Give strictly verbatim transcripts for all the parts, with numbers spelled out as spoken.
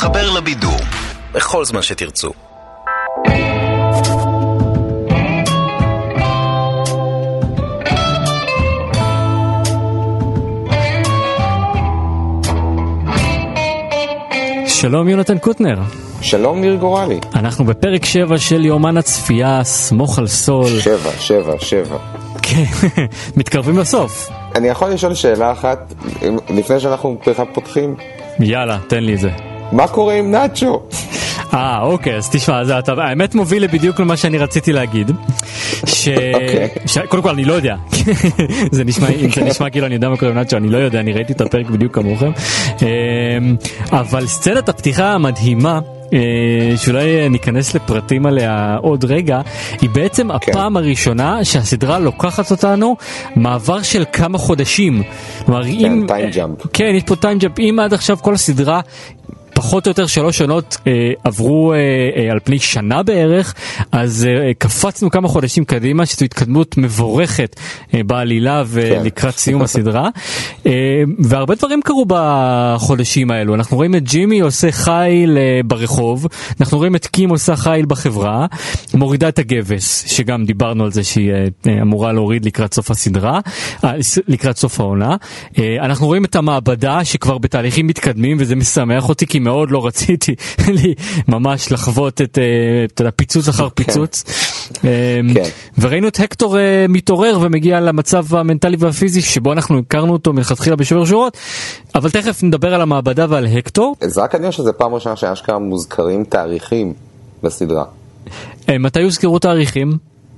להתחבר לבידור בכל זמן שתרצו. שלום יונתן קוטנר. שלום ניר גורלי. אנחנו בפרק שבע של יומן הצפייה, סמוך על סול. שבע, שבע, שבע. כן, מתקרבים לסוף. אני יכול לשאול שאלה אחת לפני שאנחנו פותחים? יאללה, תן לי את זה. מה קורה עם נאצ'ו? אה, אוקיי, אז תשמע, זה, אתה, האמת מוביל בדיוק למה שאני רציתי להגיד. ש... Okay. ש... קודם כל, אני לא יודע. זה נשמע, אם זה נשמע כאילו אני יודע מה קורה עם נאצ'ו, אני לא יודע, אני ראיתי את הפרק בדיוק כמוכם. אבל סצנת הפתיחה המדהימה, שאולי ניכנס לפרטים עליה עוד רגע, היא בעצם הפעם הראשונה שהסדרה לוקחת אותנו מעבר של כמה חודשים. כלומר, אם... טיים ג'אמפ. כן, יש פה טיים ג'אמפ. אם עד עכשיו כל הסדרה פחות או יותר שלוש שנות אה, עברו אה, אה, על פני שנה בערך, אז אה, קפצנו כמה חודשים קדימה, שזו התקדמות מבורכת אה, בעלילה ולקראת סיום הסדרה. אה, והרבה דברים קרו בחודשים האלו. אנחנו רואים את ג'ימי עושה חייל אה, ברחוב, אנחנו רואים את קים עושה חייל בחברה, מורידה את הגבס, שגם דיברנו על זה שהיא אה, אמורה להוריד לקראת סוף הסדרה, אה, לקראת סוף העונה. אה, אנחנו רואים את המעבדה שכבר בתהליכים מתקדמים, וזה משמח אותי כי מאוד לא רציתי לי ממש לחוות את, את הפיצוץ אחר פיצוץ. וראינו את הקטור מתעורר ומגיע למצב המנטלי והפיזי שבו אנחנו הכרנו אותו מלכתחילה בשובר שורות, אבל תכף נדבר על המעבדה ועל הקטור. זה רק אני חושב שזה פעם ראשונה שאשכרה מוזכרים תאריכים בסדרה. מתי יוזכרו תאריכים?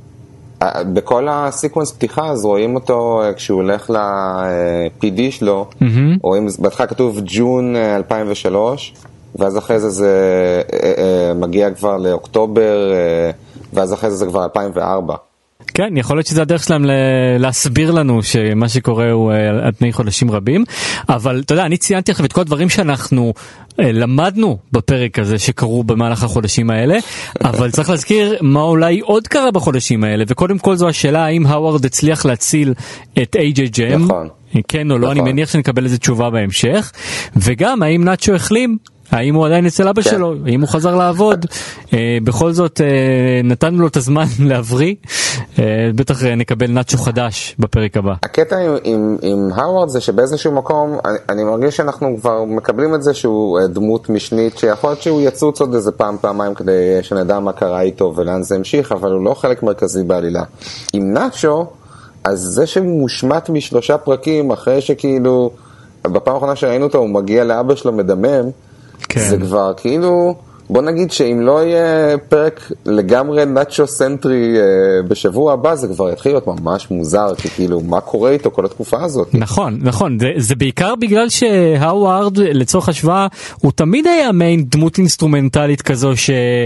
בכל הסיקוונס פתיחה אז רואים אותו כשהוא הולך ל-פי די שלו, רואים בהתחלה כתוב ג'ון אלפיים ושלוש, ואז אחרי זה זה מגיע כבר לאוקטובר, ואז אחרי זה זה כבר אלפיים וארבע. כן, יכול להיות שזה הדרך שלהם להסביר לנו שמה שקורה הוא על פני חודשים רבים, אבל אתה יודע, אני ציינתי לכם את כל הדברים שאנחנו למדנו בפרק הזה שקרו במהלך החודשים האלה, אבל צריך להזכיר מה אולי עוד קרה בחודשים האלה, וקודם כל זו השאלה האם האוורד הצליח להציל את איי ג'יי ג'ם, נכון. כן או לא, אני מניח שנקבל איזה תשובה בהמשך, וגם האם נאצ'ו החלים, האם הוא עדיין אצל אבא שלו, האם הוא חזר לעבוד, בכל זאת נתנו לו את הזמן להבריא, בטח נקבל נאצ'ו חדש בפרק הבא. הקטע עם האוורד זה שבאיזשהו מקום, אני מרגיש שאנחנו כבר מקבלים את זה שהוא דמות משנית, שיכול להיות שהוא יצוץ עוד איזה פעם פעמיים כדי שנדע מה קרה איתו ולאן זה המשיך, אבל הוא לא חלק מרכזי בעלילה. עם נאצ'ו, אז זה שמושמט משלושה פרקים, אחרי שכאילו, בפעם האחרונה שראינו אותו, הוא מגיע לאבא שלו מדמם, כן. זה כבר כאילו, בוא נגיד שאם לא יהיה פרק לגמרי נאצ'ו סנטרי אה, בשבוע הבא, זה כבר יתחיל להיות ממש מוזר, כי כאילו, מה קורה איתו כל התקופה הזאת? נכון, נכון, זה, זה בעיקר בגלל שהאוורד, לצורך השוואה, הוא תמיד היה מיין דמות אינסטרומנטלית כזו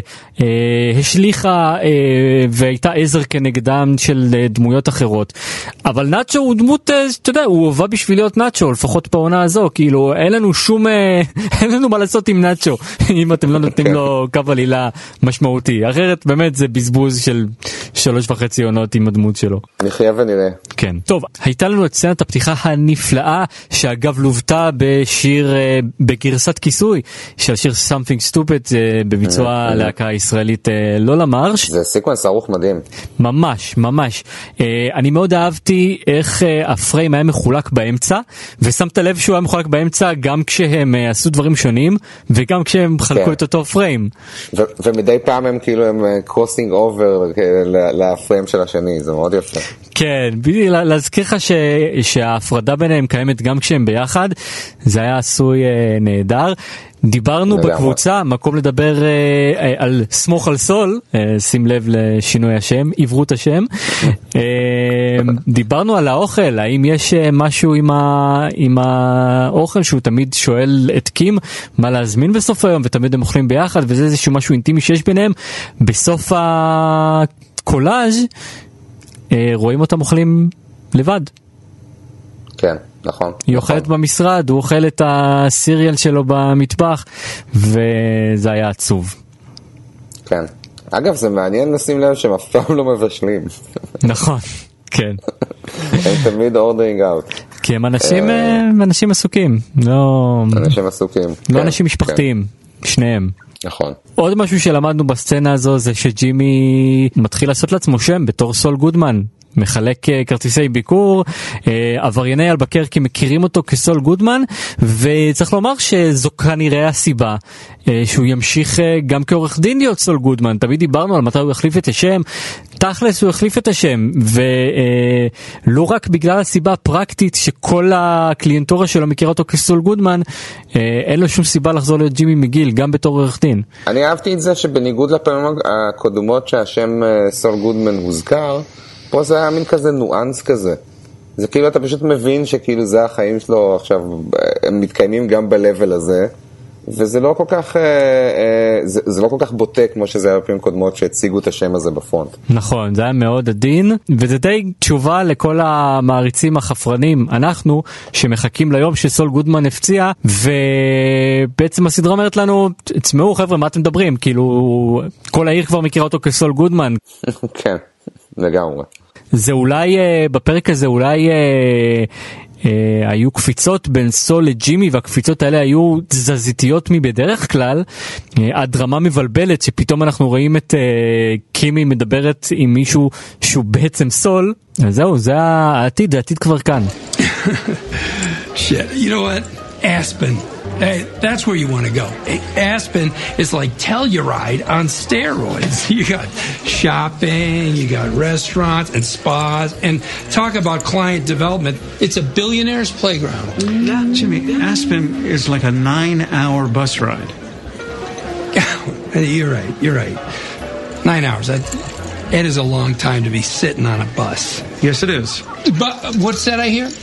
שהשליחה אה, אה, והייתה עזר כנגדם של אה, דמויות אחרות. אבל נאצ'ו הוא דמות, אה, אתה יודע, הוא הובא בשביל להיות נאצ'ו, לפחות בעונה הזו, כאילו, אין לנו שום, אה, אין לנו מה לעשות עם נאצ'ו, אם אתם לא נותנים לו קו עלילה משמעותי. אחרת באמת זה בזבוז של שלוש וחצי עונות עם הדמות שלו. נחיה ונראה. כן. טוב, הייתה לנו את סצנת הפתיחה הנפלאה, שאגב לובטה בשיר, בגרסת כיסוי, של שיר Something Stupid, בביצוע הלהקה הישראלית לא למרש. זה סיקוונס ארוך מדהים. ממש, ממש. אני מאוד אהבתי איך הפריים היה מחולק באמצע, ושמת לב שהוא היה מחולק באמצע גם כשהם עשו דברים שונים, וגם כשהם חלקו את אותו פריים. ומדי פעם הם כאילו הם קרוסינג אובר לפריים של השני, זה מאוד יפה. כן, להזכיר לך שההפרדה ביניהם קיימת גם כשהם ביחד, זה היה עשוי נהדר. דיברנו בקבוצה, מקום לדבר אה, על סמוך על סול, אה, שים לב לשינוי השם, עברות השם. אה, דיברנו על האוכל, האם יש משהו עם, ה, עם האוכל שהוא תמיד שואל את קים מה להזמין בסוף היום, ותמיד הם אוכלים ביחד, וזה איזשהו משהו אינטימי שיש ביניהם. בסוף הקולאז' אה, רואים אותם אוכלים לבד. כן. נכון. היא אוכלת במשרד, הוא אוכל את הסיריאל שלו במטבח, וזה היה עצוב. כן. אגב, זה מעניין לשים לב שהם אף פעם לא מבשלים. נכון, כן. הם תמיד ordering out. כי הם אנשים, אנשים עסוקים. לא... אנשים עסוקים. לא אנשים משפחתיים. שניהם. נכון. עוד משהו שלמדנו בסצנה הזו זה שג'ימי מתחיל לעשות לעצמו שם בתור סול גודמן. מחלק כרטיסי ביקור, עברייני אלבקרקי מכירים אותו כסול גודמן, וצריך לומר שזו כנראה הסיבה שהוא ימשיך גם כעורך דין להיות סול גודמן. תמיד דיברנו על מתי הוא יחליף את השם, תכלס הוא יחליף את השם, ולא רק בגלל הסיבה הפרקטית שכל הקליינטורה שלו מכירה אותו כסול גודמן, אין לו שום סיבה לחזור להיות ג'ימי מגיל, גם בתור עורך דין. אני אהבתי את זה שבניגוד לפעמים הקודמות שהשם סול גודמן הוזכר, פה זה היה מין כזה נואנס כזה. זה כאילו אתה פשוט מבין שכאילו זה החיים שלו עכשיו, הם מתקיימים גם בלבל הזה, וזה לא כל כך, זה, זה לא כל כך בוטה כמו שזה היה בפעמים קודמות שהציגו את השם הזה בפרונט. נכון, זה היה מאוד עדין, וזה די תשובה לכל המעריצים החפרנים, אנחנו שמחכים ליום שסול גודמן הפציע, ובעצם הסדרה אומרת לנו, תשמעו חבר'ה, מה אתם מדברים? כאילו, כל העיר כבר מכירה אותו כסול גודמן. כן. לגמרי. זה אולי, בפרק הזה אולי אה, אה, היו קפיצות בין סול לג'ימי, והקפיצות האלה היו תזזיתיות מבדרך כלל, אה, עד רמה מבלבלת, שפתאום אנחנו רואים את אה, קימי מדברת עם מישהו שהוא בעצם סול, אז זהו, זה העתיד, העתיד כבר כאן. Shit, you know what? Aspen. Hey, that's where you want to go. Aspen is like Telluride on steroids. You got shopping, you got restaurants and spas, and talk about client development. It's a billionaire's playground. Yeah, Jimmy, Aspen is like a nine-hour bus ride. You're right, you're right. Nine hours. That, it is a long time to be sitting on a bus. Yes, it is. But what's that I hear?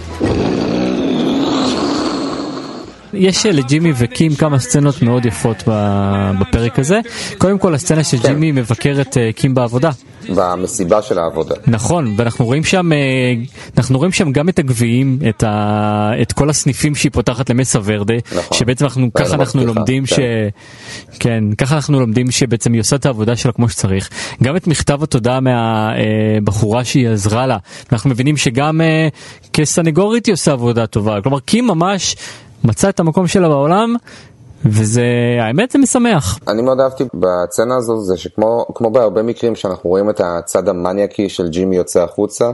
יש לג'ימי וקים כמה סצנות מאוד יפות בפרק הזה. קודם כל הסצנה שג'ימי מבקר את קים בעבודה. במסיבה של העבודה. נכון, ואנחנו רואים שם, אנחנו רואים שם גם את הגביעים, את, ה, את כל הסניפים שהיא פותחת למסה ורדה, נכון. שבעצם אנחנו, ככה אנחנו פתיחה, לומדים כן. ש... כן, ככה אנחנו לומדים שבעצם היא עושה את העבודה שלה כמו שצריך. גם את מכתב התודה מהבחורה שהיא עזרה לה. אנחנו מבינים שגם כסנגורית היא עושה עבודה טובה. כלומר, קים ממש מצא את המקום שלה בעולם, וזה, האמת זה משמח. אני מאוד אהבתי בצנה הזו, זה שכמו כמו בהרבה מקרים שאנחנו רואים את הצד המניאקי של ג'ימי יוצא החוצה,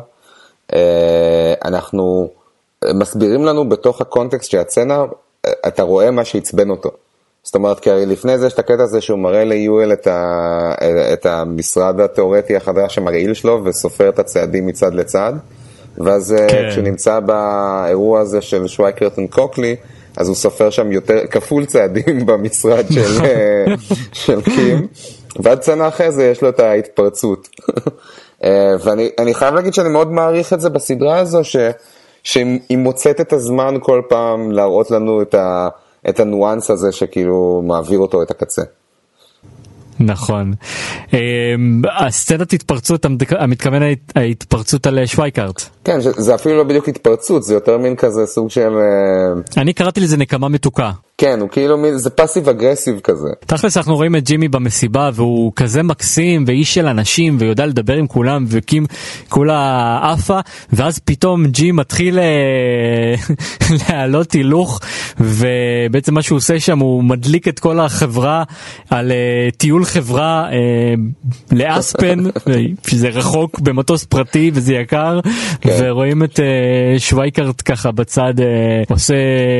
אנחנו מסבירים לנו בתוך הקונטקסט של הצנה, אתה רואה מה שהצבן אותו. זאת אומרת, כי לפני זה יש את הקטע הזה שהוא מראה ליואל את, ה, את המשרד התיאורטי החדש שמרעיל שלו, וסופר את הצעדים מצד לצד, ואז כן. כשהוא נמצא באירוע הזה של שווייקרט וקוקלי, אז הוא סופר שם יותר, כפול צעדים במשרד של, של קים, ועד צנה אחרי זה יש לו את ההתפרצות. ואני אני חייב להגיד שאני מאוד מעריך את זה בסדרה הזו, ש, שהיא מוצאת את הזמן כל פעם להראות לנו את, ה, את הנואנס הזה שכאילו מעביר אותו את הקצה. נכון. הסצנת התפרצות, המתכוון ההתפרצות על שווייקרט. כן, זה אפילו לא בדיוק התפרצות, זה יותר מין כזה סוג של... אני קראתי לזה נקמה מתוקה. כן, הוא כאילו מין, זה פאסיב אגרסיב כזה. תכלס אנחנו רואים את ג'ימי במסיבה, והוא כזה מקסים, ואיש של אנשים, ויודע לדבר עם כולם, וקים כולה אפה, ואז פתאום ג'י מתחיל להעלות הילוך, ובעצם מה שהוא עושה שם, הוא מדליק את כל החברה, על טיול חברה לאספן, שזה רחוק במטוס פרטי, וזה יקר, ורואים את שווייקרט ככה בצד, עושה...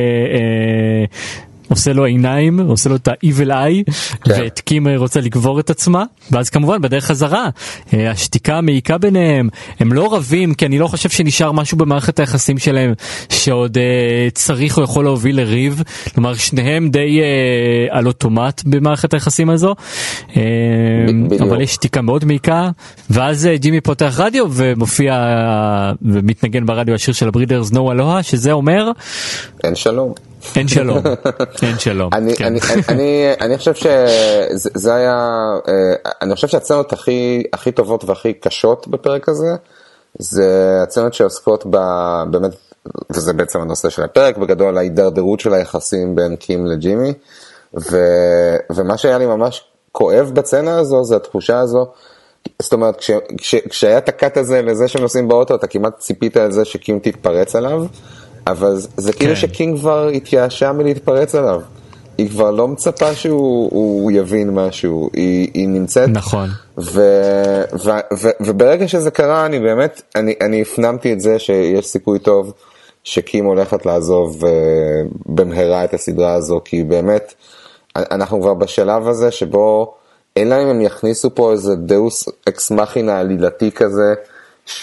עושה לו עיניים, עושה לו את ה-evil eye, ואת קים רוצה לגבור את עצמה, ואז כמובן בדרך חזרה, השתיקה המעיקה ביניהם, הם לא רבים, כי אני לא חושב שנשאר משהו במערכת היחסים שלהם, שעוד צריך או יכול להוביל לריב, כלומר שניהם די על אוטומט במערכת היחסים הזו, אבל יש שתיקה מאוד מעיקה, ואז ג'ימי פותח רדיו, ומופיע ומתנגן ברדיו השיר של הברידרס נו אלוהה, שזה אומר... אין שלום. אין שלום, אין שלום. אני, כן. אני, אני, אני, אני חושב שזה זה היה, אני חושב שהצנות הכי, הכי טובות והכי קשות בפרק הזה, זה הצנות שעוסקות ב, באמת, וזה בעצם הנושא של הפרק, בגדול ההידרדרות של היחסים בין קים לג'ימי, ו, ומה שהיה לי ממש כואב בצנה הזו, זה התחושה הזו, זאת אומרת, כש, כש, כשהיה את הקאט הזה לזה שהם נוסעים באוטו, אתה כמעט ציפית על זה שקים תתפרץ עליו, אבל זה כאילו שקינג כבר התייאשה מלהתפרץ עליו. היא כבר לא מצפה שהוא יבין משהו, היא, היא נמצאת, נכון. ו, ו, ו, וברגע שזה קרה, אני באמת, אני, אני הפנמתי את זה שיש סיכוי טוב שקים הולכת לעזוב במהרה את הסדרה הזו, כי באמת, אנחנו כבר בשלב הזה שבו, אלא אם הם יכניסו פה איזה דאוס אקס מכינה עלילתי כזה, ש,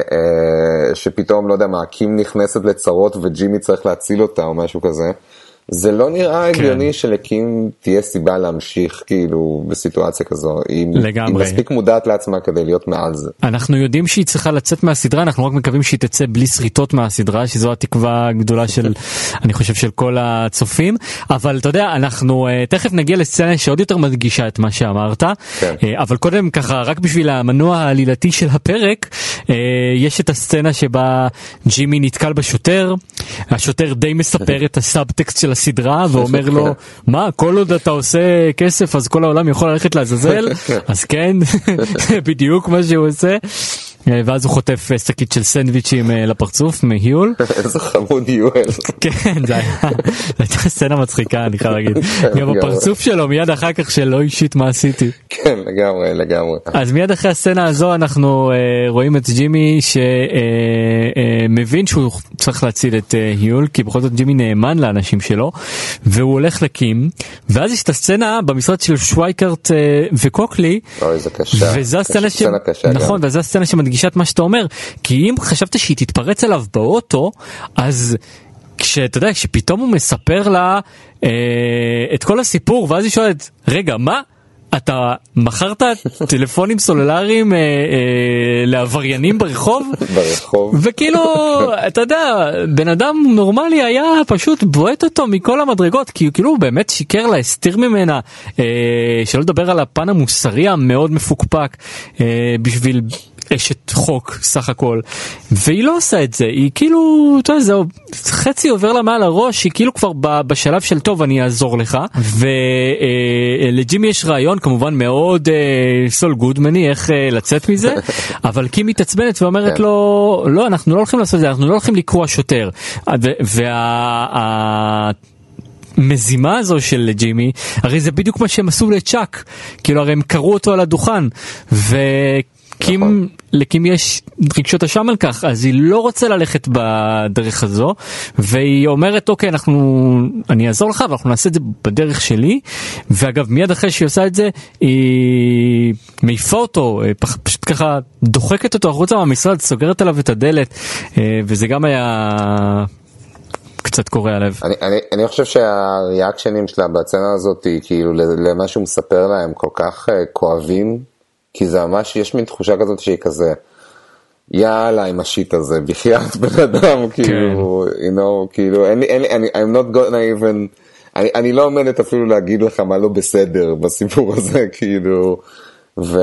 שפתאום, לא יודע מה, קים נכנסת לצרות וג'ימי צריך להציל אותה או משהו כזה, זה לא נראה הגיוני שלקים תהיה סיבה להמשיך כאילו בסיטואציה כזו. היא מספיק מודעת לעצמה כדי להיות מעל זה. אנחנו יודעים שהיא צריכה לצאת מהסדרה, אנחנו רק מקווים שהיא תצא בלי שריטות מהסדרה, שזו התקווה הגדולה של, אני חושב, של כל הצופים. אבל אתה יודע, אנחנו תכף נגיע לסצנה שעוד יותר מדגישה את מה שאמרת, אבל קודם ככה, רק בשביל המנוע העלילתי של הפרק, יש את הסצנה שבה ג'ימי נתקל בשוטר, השוטר די מספר את הסאבטקסט של הסדרה ואומר לו, מה, כל עוד אתה עושה כסף אז כל העולם יכול ללכת לעזאזל, אז כן, בדיוק מה שהוא עושה. ואז הוא חוטף שקית של סנדוויצ'ים לפרצוף מהיול. איזה חמוד יואל. כן, זו הייתה סצנה מצחיקה, אני חייב להגיד. גם הפרצוף שלו מיד אחר כך שלא אישית מה עשיתי. כן, לגמרי, לגמרי. אז מיד אחרי הסצנה הזו אנחנו רואים את ג'ימי שמבין שהוא צריך להציל את היול, כי בכל זאת ג'ימי נאמן לאנשים שלו, והוא הולך לקים, ואז יש את הסצנה במשרד של שווייקרט וקוקלי, אוי, זה קשה. וזו הסצנה ש... נכון, וזו הסצנה שמדגישה גישת מה שאתה אומר, כי אם חשבת שהיא תתפרץ אליו באוטו, אז כשאתה יודע, כשפתאום הוא מספר לה אה, את כל הסיפור, ואז היא שואלת, רגע, מה? אתה מכרת טלפונים סולולריים אה, אה, לעבריינים ברחוב? ברחוב. וכאילו, אתה יודע, בן אדם נורמלי היה פשוט בועט אותו מכל המדרגות, כי כאילו הוא באמת שיקר לה, הסתיר ממנה, אה, שלא לדבר על הפן המוסרי המאוד מפוקפק, אה, בשביל אשת חוק סך הכל, והיא לא עושה את זה, היא כאילו, אתה יודע, זהו, חצי עובר לה מעל הראש, היא כאילו כבר בשלב של טוב, אני אעזור לך, ולג'ימי יש רעיון כמובן מאוד סול גודמני, איך לצאת מזה, אבל קים מתעצבנת ואומרת לו, לא, אנחנו לא הולכים לעשות את זה, אנחנו לא הולכים לקרוא שוטר, וה... מזימה הזו של ג'ימי, הרי זה בדיוק מה שהם עשו לצ'אק, כאילו הרי הם קראו אותו על הדוכן, ו... קים, לקים יש רגשות אשם על כך, אז היא לא רוצה ללכת בדרך הזו, והיא אומרת, אוקיי, אנחנו, אני אעזור לך, ואנחנו נעשה את זה בדרך שלי, ואגב, מיד אחרי שהיא עושה את זה, היא מעיפה אותו, פשוט ככה דוחקת אותו החוצה מהמשרד, סוגרת עליו את הדלת, וזה גם היה קצת קורע לב. אני, אני, אני חושב שהריאקשנים שלה בהצנה הזאת, היא כאילו למה שהוא מספר לה, הם כל כך כואבים, כי זה ממש, יש מין תחושה כזאת שהיא כזה, יאללה עם השיט הזה, בחייאת בן אדם, כאילו, you know, כאילו, אני, אני, אני, I'm not gonna even, אני, אני לא עומדת אפילו להגיד לך מה לא בסדר בסיפור הזה, כאילו, ו,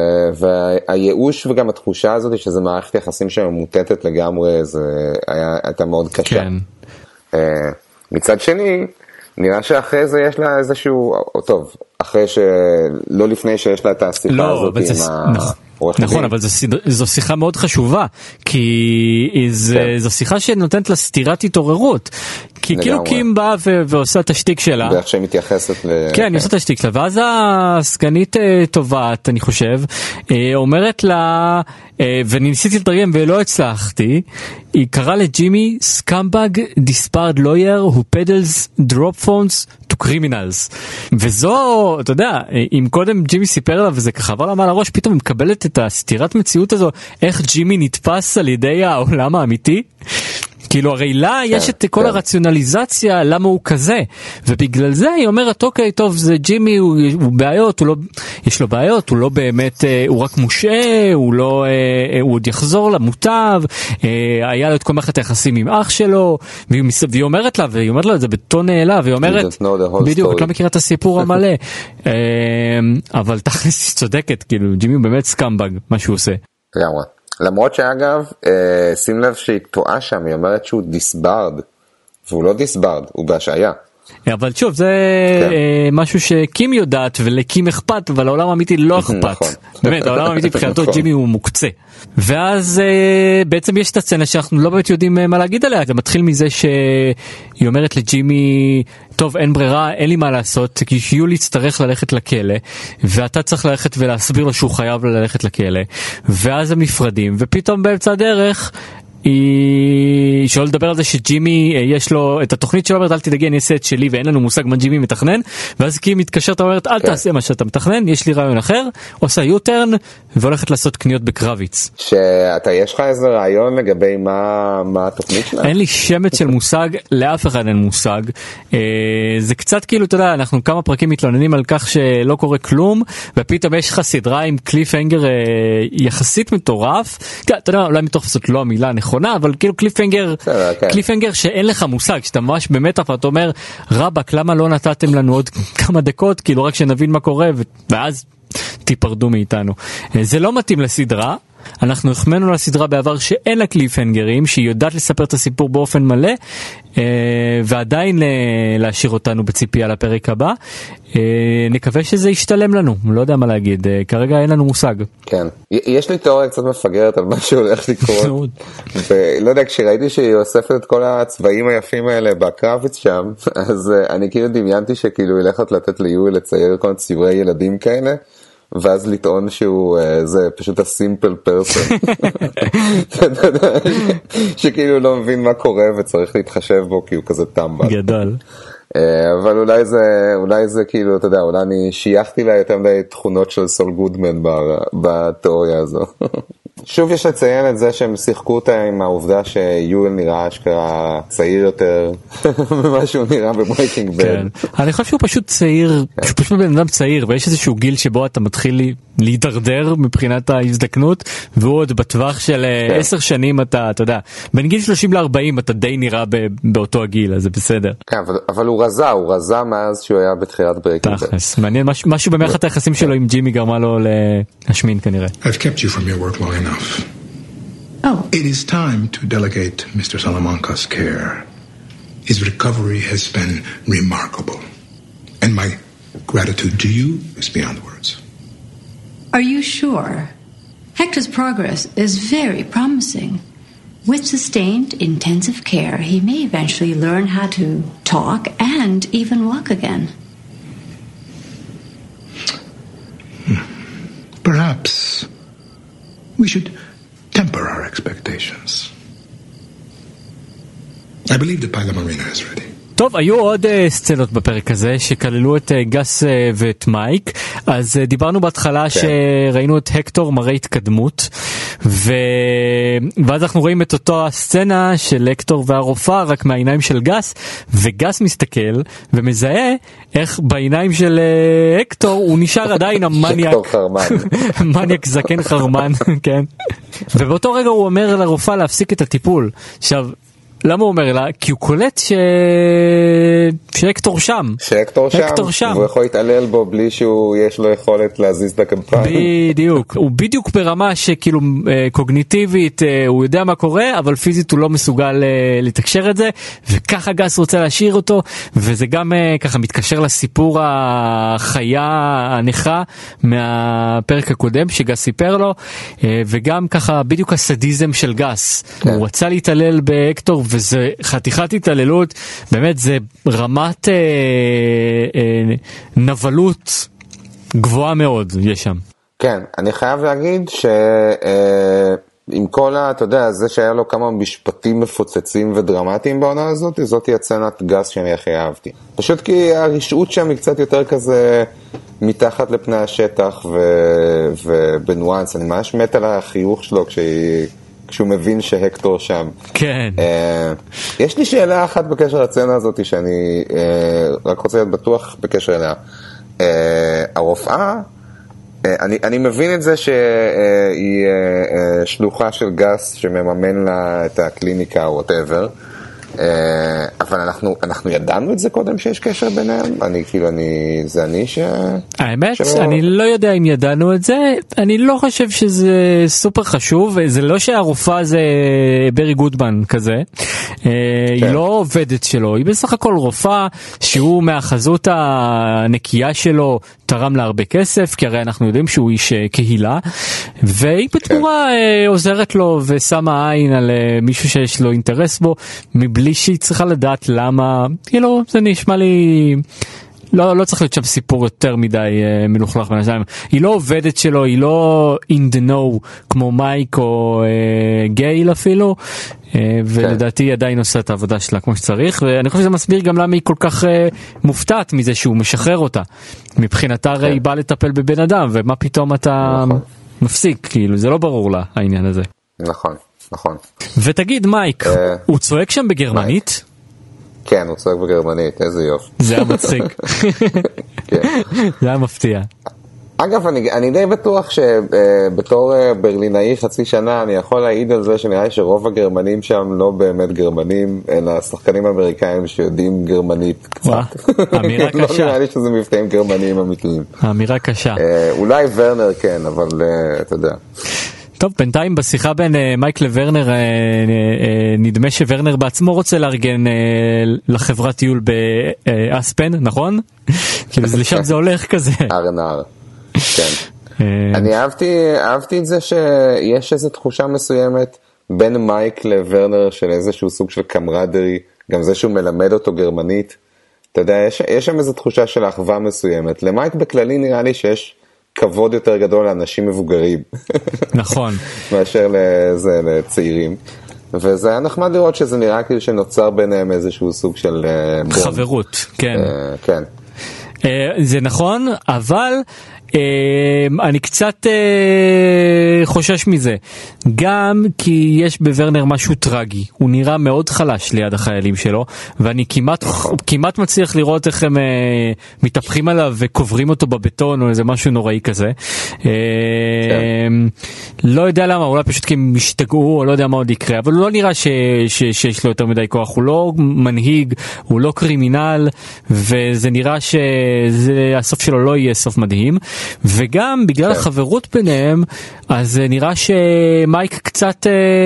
והייאוש וגם התחושה הזאת שזה מערכת יחסים שממוטטת לגמרי, זה היה, הייתה מאוד קשה. כן. Uh, מצד שני, נראה שאחרי זה יש לה איזשהו, טוב, אחרי ש... לא לפני שיש לה את השיחה לא, הזאת עם זה... ה... נכון, אבל זו, זו שיחה מאוד חשובה, כי זו, כן. זו שיחה שנותנת לה סתירת התעוררות, כי לגמרי. כאילו קים באה ו- ועושה את השתיק שלה. ואיך שהיא מתייחסת ל... כן, היא עושה את השתיק שלה, ואז הסגנית טובעת, אני חושב, אומרת לה, ואני ניסיתי לתרגם ולא הצלחתי, היא קראה לג'ימי סקמבג דיספארד לויר, הוא פדלס דרופ פונס to criminals. וזו, אתה יודע, אם קודם ג'ימי סיפר לה וזה ככה עבר לה מעל הראש, פתאום היא מקבלת את הסתירת מציאות הזו, איך ג'ימי נתפס על ידי העולם האמיתי. כאילו הרי לה יש את כל הרציונליזציה למה הוא כזה, ובגלל זה היא אומרת אוקיי טוב זה ג'ימי, הוא, הוא בעיות, הוא לא, יש לו בעיות, הוא לא באמת, הוא רק מושעה, הוא לא, הוא עוד יחזור למוטב, היה לו את כל מערכת היחסים עם אח שלו, והיא, והיא אומרת לה, והיא אומרת לו את זה בטון נעלה, והיא אומרת, בדיוק, את לא מכירה את הסיפור המלא, אבל תכלס היא צודקת, כאילו ג'ימי הוא באמת סקמבג, מה שהוא עושה. לגמרי. למרות שאגב, אה, שים לב שהיא טועה שם, היא אומרת שהוא דיסברד, והוא לא דיסברד, הוא בהשעיה. אבל שוב, זה כן. אה, משהו שקים יודעת ולקים אכפת, אבל העולם האמיתי לא אכפת. נכון. באמת, העולם האמיתי מבחינתו ג'ימי הוא מוקצה. ואז אה, בעצם יש את הסצנה שאנחנו לא באמת יודעים מה להגיד עליה, זה מתחיל מזה שהיא אומרת לג'ימי, טוב, אין ברירה, אין לי מה לעשות, כי יולי יצטרך ללכת לכלא, ואתה צריך ללכת ולהסביר לו שהוא חייב ללכת לכלא, ואז הם נפרדים, ופתאום באמצע הדרך, היא שלא לדבר על זה שג'ימי יש לו את התוכנית שלו, אומרת אל תדאגי אני אעשה את שלי ואין לנו מושג מה ג'ימי מתכנן, ואז כי היא מתקשרת אומרת אל תעשה מה שאתה מתכנן, יש לי רעיון אחר, עושה יוטרן והולכת לעשות קניות בקרביץ. שאתה יש לך איזה רעיון לגבי מה, מה התוכנית שלה? אין לי שמץ של מושג, לאף אחד אין מושג, זה קצת כאילו אתה יודע אנחנו כמה פרקים מתלוננים על כך שלא קורה כלום ופתאום יש לך סדרה עם קליפהנגר יחסית מטורף, אתה יודע אולי מתוך זאת לא המילה נכונה, אבל כאילו קליפהנגר, קליפהנגר שאין לך מושג, שאתה ממש במתח, ואתה אומר, רבק, למה לא נתתם לנו עוד כמה דקות, כאילו רק שנבין מה קורה, ואז תיפרדו מאיתנו. זה לא מתאים לסדרה, אנחנו החמנו לסדרה בעבר שאין לה קליפהנגרים, שהיא יודעת לספר את הסיפור באופן מלא, ועדיין להשאיר אותנו בציפייה לפרק הבא. נקווה שזה ישתלם לנו, לא יודע מה להגיד, כרגע אין לנו מושג. כן, יש לי תיאוריה קצת מפגרת על מה שהולך לקרות, ולא יודע, כשראיתי שהיא אוספת את כל הצבעים היפים האלה בקרביץ שם, אז אני כאילו דמיינתי שכאילו היא הולכת לתת ליואל לצייר כל צבעי ילדים כאלה, ואז לטעון שהוא זה פשוט הסימפל פרסון שכאילו לא מבין מה קורה ותצטרך להתחשב בו כי הוא כזה טמבל גדול. אבל אולי זה אולי זה כאילו אתה יודע אולי אני שייכתי לה יותר מדי תכונות של סול גודמן בתיאוריה הזו. שוב יש לציין את זה שהם שיחקו אותה עם העובדה שיואל נראה אשכרה צעיר יותר ממה שהוא נראה בברייקינג בד. אני חושב שהוא פשוט צעיר, שהוא פשוט בן אדם צעיר, ויש איזשהו גיל שבו אתה מתחיל להידרדר מבחינת ההזדקנות, והוא עוד בטווח של עשר שנים אתה, אתה יודע, בין גיל שלושים לארבעים אתה די נראה באותו הגיל, אז זה בסדר. כן, אבל הוא רזה, הוא רזה מאז שהוא היה בתחילת ברייקינג בד. תכלס, מעניין, משהו במערכת היחסים שלו עם ג'ימי גרמה לו להשמין כנראה. I've kept you from your work long enough. Oh. It is time to delegate Mister Salamanca's care. His recovery has been remarkable. And my gratitude to you is beyond words. Are you sure? Hector's progress is very promising. With sustained intensive care, he may eventually learn how to talk and even walk again. Hmm. Perhaps we should temper our expectations. I believe the Pila Marina is ready. טוב, היו עוד uh, סצנות בפרק הזה שכללו את uh, גס uh, ואת מייק, אז uh, דיברנו בהתחלה כן. שראינו את הקטור מראה התקדמות, ו... ואז אנחנו רואים את אותו הסצנה של הקטור והרופאה רק מהעיניים של גס, וגס מסתכל ומזהה איך בעיניים של uh, הקטור הוא נשאר עדיין המניאק, מניאק זקן חרמן, כן. ובאותו רגע הוא אומר לרופאה להפסיק את הטיפול. עכשיו, למה הוא אומר לה? כי הוא קולט ש... שהקטור שם. שהקטור שם, שם. והוא יכול להתעלל בו בלי שהוא יש לו יכולת להזיז את הכנפיים. בדיוק. הוא בדיוק ברמה שכאילו קוגניטיבית הוא יודע מה קורה, אבל פיזית הוא לא מסוגל לתקשר את זה, וככה גס רוצה להשאיר אותו, וזה גם ככה מתקשר לסיפור החיה הנכה מהפרק הקודם שגס סיפר לו, וגם ככה בדיוק הסדיזם של גס. כן. הוא רצה להתעלל בהקטור, וזה חתיכת התעללות, באמת זה רמת אה, אה, נבלות גבוהה מאוד יש שם. כן, אני חייב להגיד שעם כל ה, אתה יודע, זה שהיה לו כמה משפטים מפוצצים ודרמטיים בעונה הזאת, זאת היא הצנת גס שאני הכי אהבתי. פשוט כי הרשעות שם היא קצת יותר כזה מתחת לפני השטח ו, ובנואנס, אני ממש מת על החיוך שלו כשהיא... כשהוא מבין שהקטור שם. כן. Uh, יש לי שאלה אחת בקשר לצנה הזאת, שאני uh, רק רוצה להיות בטוח בקשר אליה. Uh, הרופאה, uh, אני, אני מבין את זה שהיא uh, uh, שלוחה של גס שמממן לה את הקליניקה או whatever, uh, אבל אנחנו, אנחנו ידענו את זה קודם שיש קשר ביניהם? אני כאילו, אני, זה אני ש... האמת, שלא... אני לא יודע אם ידענו את זה, אני לא חושב שזה סופר חשוב, זה לא שהרופאה זה ברי גודמן כזה, היא לא עובדת שלו, היא בסך הכל רופאה שהוא מהחזות הנקייה שלו תרם לה הרבה כסף, כי הרי אנחנו יודעים שהוא איש קהילה, והיא בתמורה עוזרת לו ושמה עין על מישהו שיש לו אינטרס בו, מבלי שהיא צריכה לדעת למה, כאילו זה נשמע לי... לא, לא צריך להיות שם סיפור יותר מדי אה, מלוכלך בין השניים. היא לא עובדת שלו, היא לא in the know כמו מייק או אה, גייל אפילו, אה, ולדעתי היא עדיין עושה את העבודה שלה כמו שצריך, ואני חושב שזה מסביר גם למה היא כל כך אה, מופתעת מזה שהוא משחרר אותה. מבחינתה הרי היא באה לטפל בבן אדם, ומה פתאום אתה נכון. מפסיק, כאילו זה לא ברור לה העניין הזה. נכון, נכון. ותגיד מייק, אה... הוא צועק שם בגרמנית? מייק. כן, הוא צועק בגרמנית, איזה יופי. זה היה מצחיק. זה היה מפתיע. אגב, אני, אני די בטוח שבתור ברלינאי חצי שנה, אני יכול להעיד על זה שנראה שרוב הגרמנים שם לא באמת גרמנים, אלא שחקנים אמריקאים שיודעים גרמנית קצת. אמירה קשה. לא נראה לי שזה מבטאים גרמניים אמיתיים. אמירה קשה. אולי ורנר כן, אבל אתה יודע. טוב, בינתיים בשיחה בין מייק לוורנר, נדמה שוורנר בעצמו רוצה לארגן לחברת טיול באספן, נכון? כאילו לשם זה הולך כזה. ארנר, כן. אני אהבתי, אהבתי את זה שיש איזו תחושה מסוימת בין מייק לוורנר של איזשהו סוג של קמרדרי, גם זה שהוא מלמד אותו גרמנית. אתה יודע, יש, יש שם איזו תחושה של אחווה מסוימת. למייק בכללי נראה לי שיש כבוד יותר גדול לאנשים מבוגרים. נכון. מאשר לזה, לצעירים. וזה היה נחמד לראות שזה נראה כאילו שנוצר ביניהם איזשהו סוג של חברות, כן. כן. זה נכון, אבל אני קצת חושש מזה. גם כי יש בוורנר משהו טרגי. הוא נראה מאוד חלש ליד החיילים שלו, ואני כמעט, כמעט מצליח לראות איך הם מתהפכים עליו וקוברים אותו בבטון או איזה משהו נוראי כזה. לא יודע למה, אולי פשוט כי הם משתגעו או לא יודע מה עוד יקרה, אבל הוא לא נראה ש, ש, שיש לו יותר מדי כוח. הוא לא מנהיג, הוא לא קרימינל, וזה נראה שהסוף שלו לא יהיה סוף מדהים. וגם בגלל החברות ביניהם, אז נראה שמייק קצת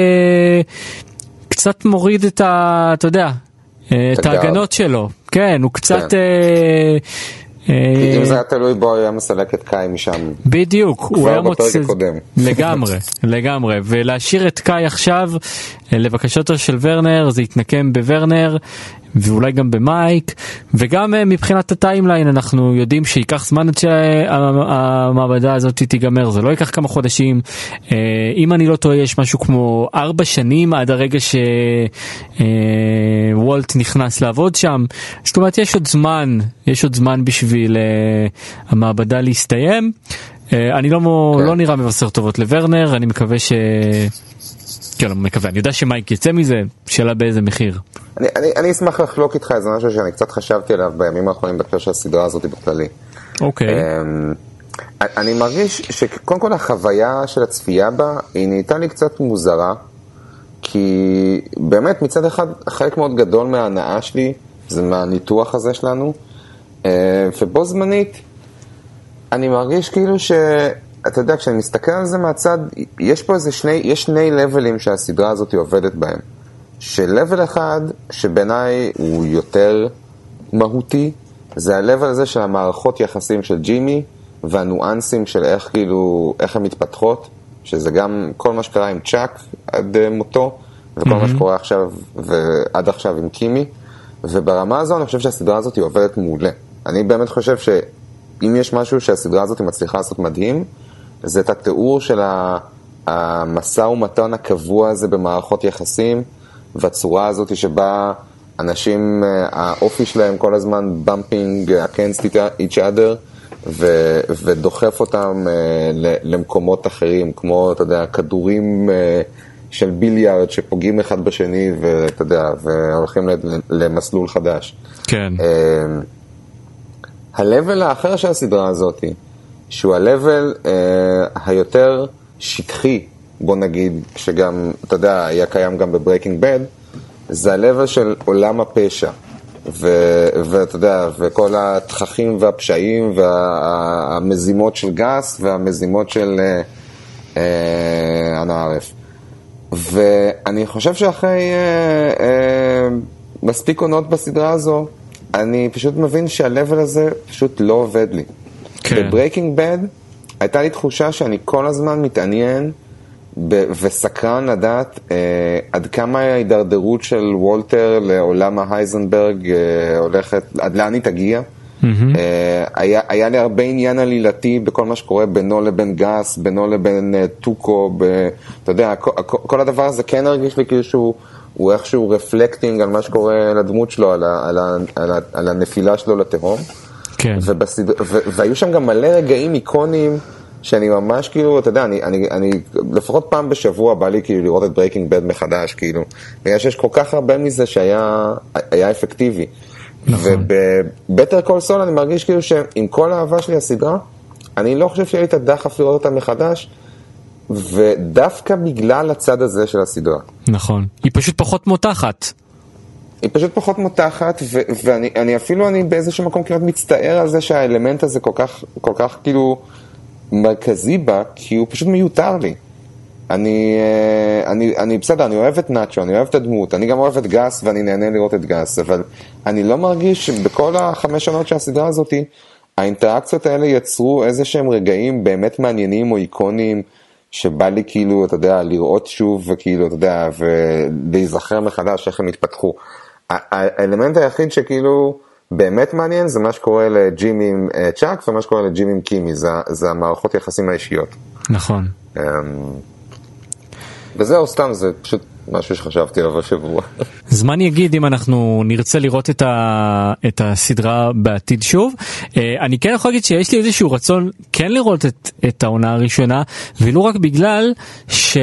קצת מוריד את ה, אתה יודע, את ההגנות שלו. כן, הוא קצת אם זה היה תלוי בו, הוא היה מסלק את קאי משם. בדיוק, הוא היה מוצא הקודם. לגמרי, לגמרי. ולהשאיר את קאי עכשיו, לבקשתו של ורנר, זה יתנקם בוורנר, ואולי גם במייק, וגם מבחינת הטיימליין אנחנו יודעים שייקח זמן עד שהמעבדה הזאת תיגמר, זה לא ייקח כמה חודשים. אם אני לא טועה, יש משהו כמו ארבע שנים עד הרגע שוולט נכנס לעבוד שם. זאת אומרת, יש עוד זמן, יש עוד זמן בשביל המעבדה להסתיים. אני לא, לא נראה מבשר טובות לוורנר, אני מקווה ש... כן, אני מקווה, אני יודע שמייק יצא מזה, שאלה באיזה מחיר. אני, אני, אני אשמח לחלוק איתך איזה משהו שאני קצת חשבתי עליו בימים האחרונים בקשר של הסדרה הזאת בכללי. אוקיי. Okay. אני מרגיש שקודם כל החוויה של הצפייה בה, היא נהייתה לי קצת מוזרה, כי באמת מצד אחד, חלק מאוד גדול מההנאה שלי, זה מהניתוח הזה שלנו, ובו זמנית, אני מרגיש כאילו ש... אתה יודע, כשאני מסתכל על זה מהצד, יש פה איזה שני, יש שני לבלים שהסדרה הזאת עובדת בהם. שלבל אחד, שבעיניי הוא יותר מהותי, זה הלבל הזה של המערכות יחסים של ג'ימי, והנואנסים של איך כאילו, איך הן מתפתחות, שזה גם כל מה שקרה עם צ'אק עד מותו, וכל mm-hmm. מה שקורה עכשיו, ועד עכשיו עם קימי, וברמה הזו אני חושב שהסדרה הזאת עובדת מעולה. אני באמת חושב שאם יש משהו שהסדרה הזאת מצליחה לעשות מדהים, זה את התיאור של המסע ומתן הקבוע הזה במערכות יחסים, והצורה הזאת שבה אנשים, האופי שלהם כל הזמן bumping against each other, ו, ודוחף אותם למקומות אחרים, כמו, אתה יודע, כדורים של ביליארד שפוגעים אחד בשני, ואתה יודע, והולכים למסלול חדש. כן. הלבל האחר של הסדרה הזאת, שהוא הלבל אה, היותר שטחי, בוא נגיד, שגם, אתה יודע, היה קיים גם בברייקינג בד, זה הלבל של עולם הפשע. ו- ואתה יודע, וכל התככים והפשעים והמזימות של גס והמזימות של אה, אה, אנה ערף. ואני חושב שאחרי אה, אה, מספיק עונות בסדרה הזו, אני פשוט מבין שהלבל הזה פשוט לא עובד לי. כן. בברייקינג בד, הייתה לי תחושה שאני כל הזמן מתעניין ב- וסקרן לדעת אה, עד כמה ההידרדרות של וולטר לעולם ההייזנברג אה, הולכת, עד לאן היא תגיע. Mm-hmm. אה, היה, היה לי הרבה עניין עלילתי בכל מה שקורה בינו לבין גס, בינו לבין אה, טוקו, ב, אתה יודע, כל, כל הדבר הזה כן הרגיש לי כאילו שהוא הוא איכשהו רפלקטינג על מה שקורה לדמות שלו, על, ה, על, ה, על, ה, על הנפילה שלו לתהום. כן. ובסד... ו... והיו שם גם מלא רגעים איקונים שאני ממש כאילו, אתה יודע, אני, אני, אני לפחות פעם בשבוע בא לי כאילו לראות את ברייקינג בד מחדש, כאילו, בגלל שיש כל כך הרבה מזה שהיה היה אפקטיבי. נכון. ובבטר קול סול אני מרגיש כאילו שעם כל האהבה שלי הסדרה, אני לא חושב שהיית דחף לראות אותה מחדש, ודווקא בגלל הצד הזה של הסדרה. נכון. היא פשוט פחות מותחת. היא פשוט פחות מותחת, ו- ואני אני אפילו אני באיזשהו מקום כמעט מצטער על זה שהאלמנט הזה כל כך, כל כך כאילו מרכזי בה, כי הוא פשוט מיותר לי. אני, אני, אני בסדר, אני אוהב את נאצ'ו, אני אוהב את הדמות, אני גם אוהב את גס ואני נהנה לראות את גס, אבל אני לא מרגיש שבכל החמש שנות שהסדרה הזאת, האינטראקציות האלה יצרו איזה שהם רגעים באמת מעניינים או איקונים, שבא לי כאילו, אתה יודע, לראות שוב וכאילו, אתה יודע, ולהיזכר מחדש איך הם התפתחו. האלמנט היחיד שכאילו באמת מעניין זה מה שקורה לג'ימי עם צ'אק ומה שקורה לג'ימי עם קימי, זה, זה המערכות יחסים האישיות. נכון. וזהו, סתם, זה פשוט משהו שחשבתי עליו השבוע. זמן יגיד אם אנחנו נרצה לראות את, ה, את הסדרה בעתיד שוב. אני כן יכול להגיד שיש לי איזשהו רצון כן לראות את, את העונה הראשונה, ולא רק בגלל ש...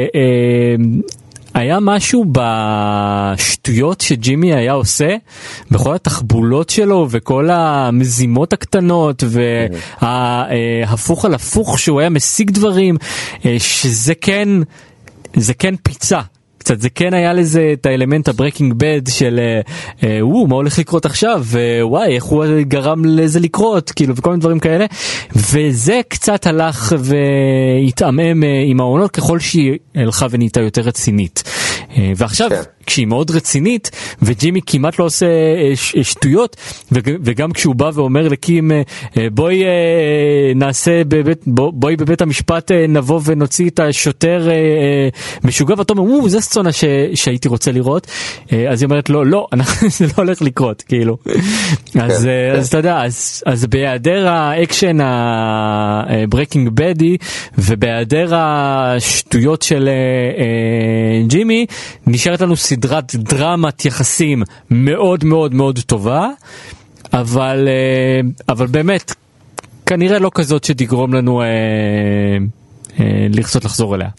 היה משהו בשטויות שג'ימי היה עושה, בכל התחבולות שלו וכל המזימות הקטנות וההפוך על הפוך שהוא היה משיג דברים, שזה כן, זה כן פיצה. קצת זה כן היה לזה את האלמנט הברייקינג בד של וואו, מה הולך לקרות עכשיו, ווואי, איך הוא גרם לזה לקרות, כאילו, וכל מיני דברים כאלה, וזה קצת הלך והתאמם עם העונות ככל שהיא הלכה ונהייתה יותר רצינית. ועכשיו, כשהיא מאוד רצינית, וג'ימי כמעט לא עושה שטויות, וגם כשהוא בא ואומר לקים, בואי נעשה בבית, בואי בבית המשפט נבוא ונוציא את השוטר משוגע, ואתה אומר, וואו, זה סצונה שהייתי רוצה לראות, אז היא אומרת, לא, לא, זה לא הולך לקרות, כאילו. אז אתה יודע, אז בהיעדר האקשן הברייקינג בדי, ובהיעדר השטויות של ג'ימי, נשארת לנו סדרת דרמת יחסים מאוד מאוד מאוד טובה, אבל, אבל באמת, כנראה לא כזאת שתגרום לנו אה, אה, לרצות לחזור אליה.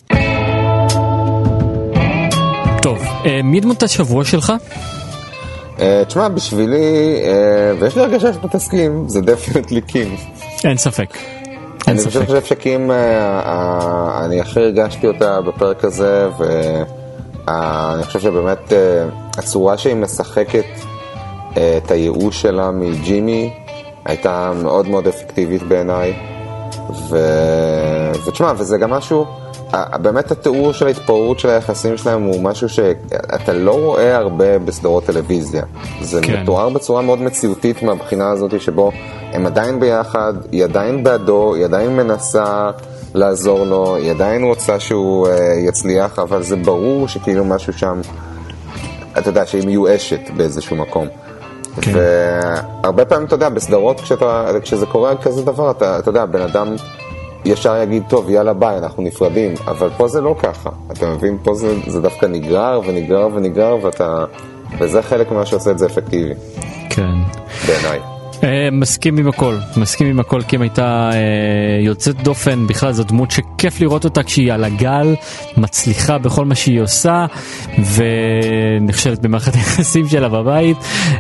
טוב, אה, מי דמות השבוע שלך? אה, תשמע, בשבילי, אה, ויש לי הרגשה שאתה תסכים, זה דפנטלי קים. אין ספק. אני פשוט חושב שקים, אה, אה, אני הכי הרגשתי אותה בפרק הזה, ו... אני חושב שבאמת הצורה שהיא משחקת את הייאוש שלה מג'ימי הייתה מאוד מאוד אפקטיבית בעיניי, ו... ותשמע, וזה גם משהו, באמת התיאור של ההתפוררות של היחסים שלהם הוא משהו שאתה לא רואה הרבה בסדרות טלוויזיה. זה כן. מתואר בצורה מאוד מציאותית מהבחינה הזאת שבו הם עדיין ביחד, היא עדיין בעדו, היא עדיין מנסה לעזור לו, היא עדיין רוצה שהוא uh, יצליח, אבל זה ברור שכאילו משהו שם, אתה יודע, שהיא מיואשת באיזשהו מקום. כן. והרבה פעמים, אתה יודע, בסדרות, כשאתה, כשזה קורה כזה דבר, אתה, אתה יודע, בן אדם ישר יגיד, טוב, יאללה ביי, אנחנו נפרדים, אבל פה זה לא ככה. אתה מבין, פה זה, זה דווקא נגרר ונגרר ונגרר, ואתה, וזה חלק ממה שעושה את זה אפקטיבי. כן. בעיניי. מסכים עם הכל, מסכים עם הכל, כי אם הייתה יוצאת דופן, בכלל זו דמות שכיף לראות אותה כשהיא על הגל, מצליחה בכל מה שהיא עושה, ונכשלת במערכת היחסים שלה בבית.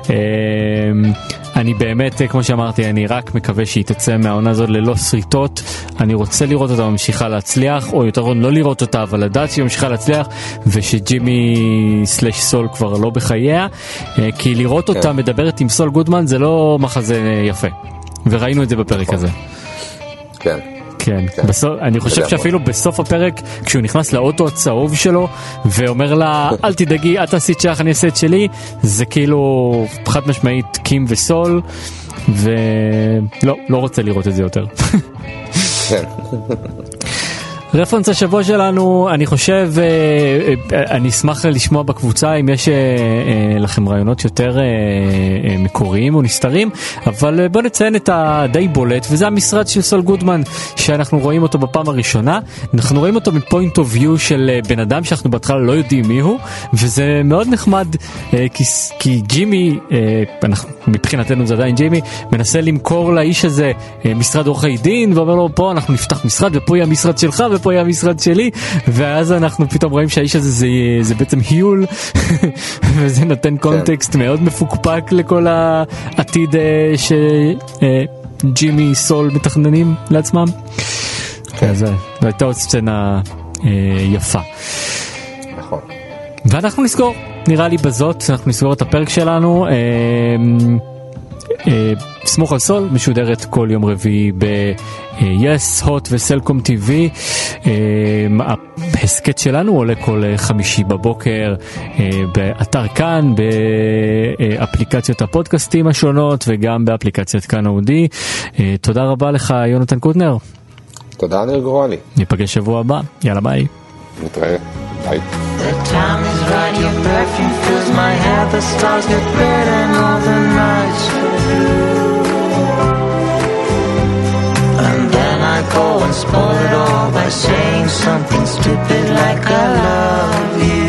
אני באמת, כמו שאמרתי, אני רק מקווה שהיא תצא מהעונה הזאת ללא שריטות. אני רוצה לראות אותה ממשיכה להצליח, או יותר לא לראות אותה, אבל לדעת שהיא ממשיכה להצליח, ושג'ימי סלש סול כבר לא בחייה, כי לראות אותה מדברת עם סול גודמן זה לא מחזה יפה, וראינו את זה בפרק הזה. כן. כן, בסוף, אני חושב שאפילו בסוף הפרק, כשהוא נכנס לאוטו הצהוב שלו, ואומר לה, אל תדאגי, את עשית שלך, אני אעשה את שלי, זה כאילו חד משמעית קים וסול, ולא, לא רוצה לראות את זה יותר. כן. רפרנס השבוע שלנו, אני חושב, אני אשמח לשמוע בקבוצה אם יש לכם רעיונות יותר מקוריים או נסתרים, אבל בוא נציין את הדי בולט, וזה המשרד של סול גודמן, שאנחנו רואים אותו בפעם הראשונה. אנחנו רואים אותו מפוינט אוף ויו של בן אדם שאנחנו בהתחלה לא יודעים מי הוא, וזה מאוד נחמד, כי, כי ג'ימי, אנחנו, מבחינתנו זה עדיין ג'ימי, מנסה למכור לאיש הזה משרד עורכי דין, ואומר לו, פה אנחנו נפתח משרד, ופה יהיה המשרד שלך, ופה יהיה המשרד שלי, ואז אנחנו פתאום רואים שהאיש הזה זה, זה בעצם היול, וזה נותן קונטקסט מאוד מפוקפק לכל העתיד שג'ימי סול מתכננים לעצמם. אז זו הייתה עוד סצנה יפה. נכון. ואנחנו נסגור, נראה לי בזאת, אנחנו נסגור את הפרק שלנו. סמוך על סול משודרת כל יום רביעי ב-Yes, Hot וסלקום טי וי. ההסקט שלנו עולה כל חמישי בבוקר באתר כאן, באפליקציות הפודקאסטים השונות וגם באפליקציית כאן אודי. תודה רבה לך יונתן קוטנר. תודה ניר גורלי. ניפגש שבוע הבא, יאללה ביי. נתראה, ביי. The time is right, your perfume fills my head, the stars get red and all the nights are blue. And then I go and spoil it all by saying something stupid like I love you.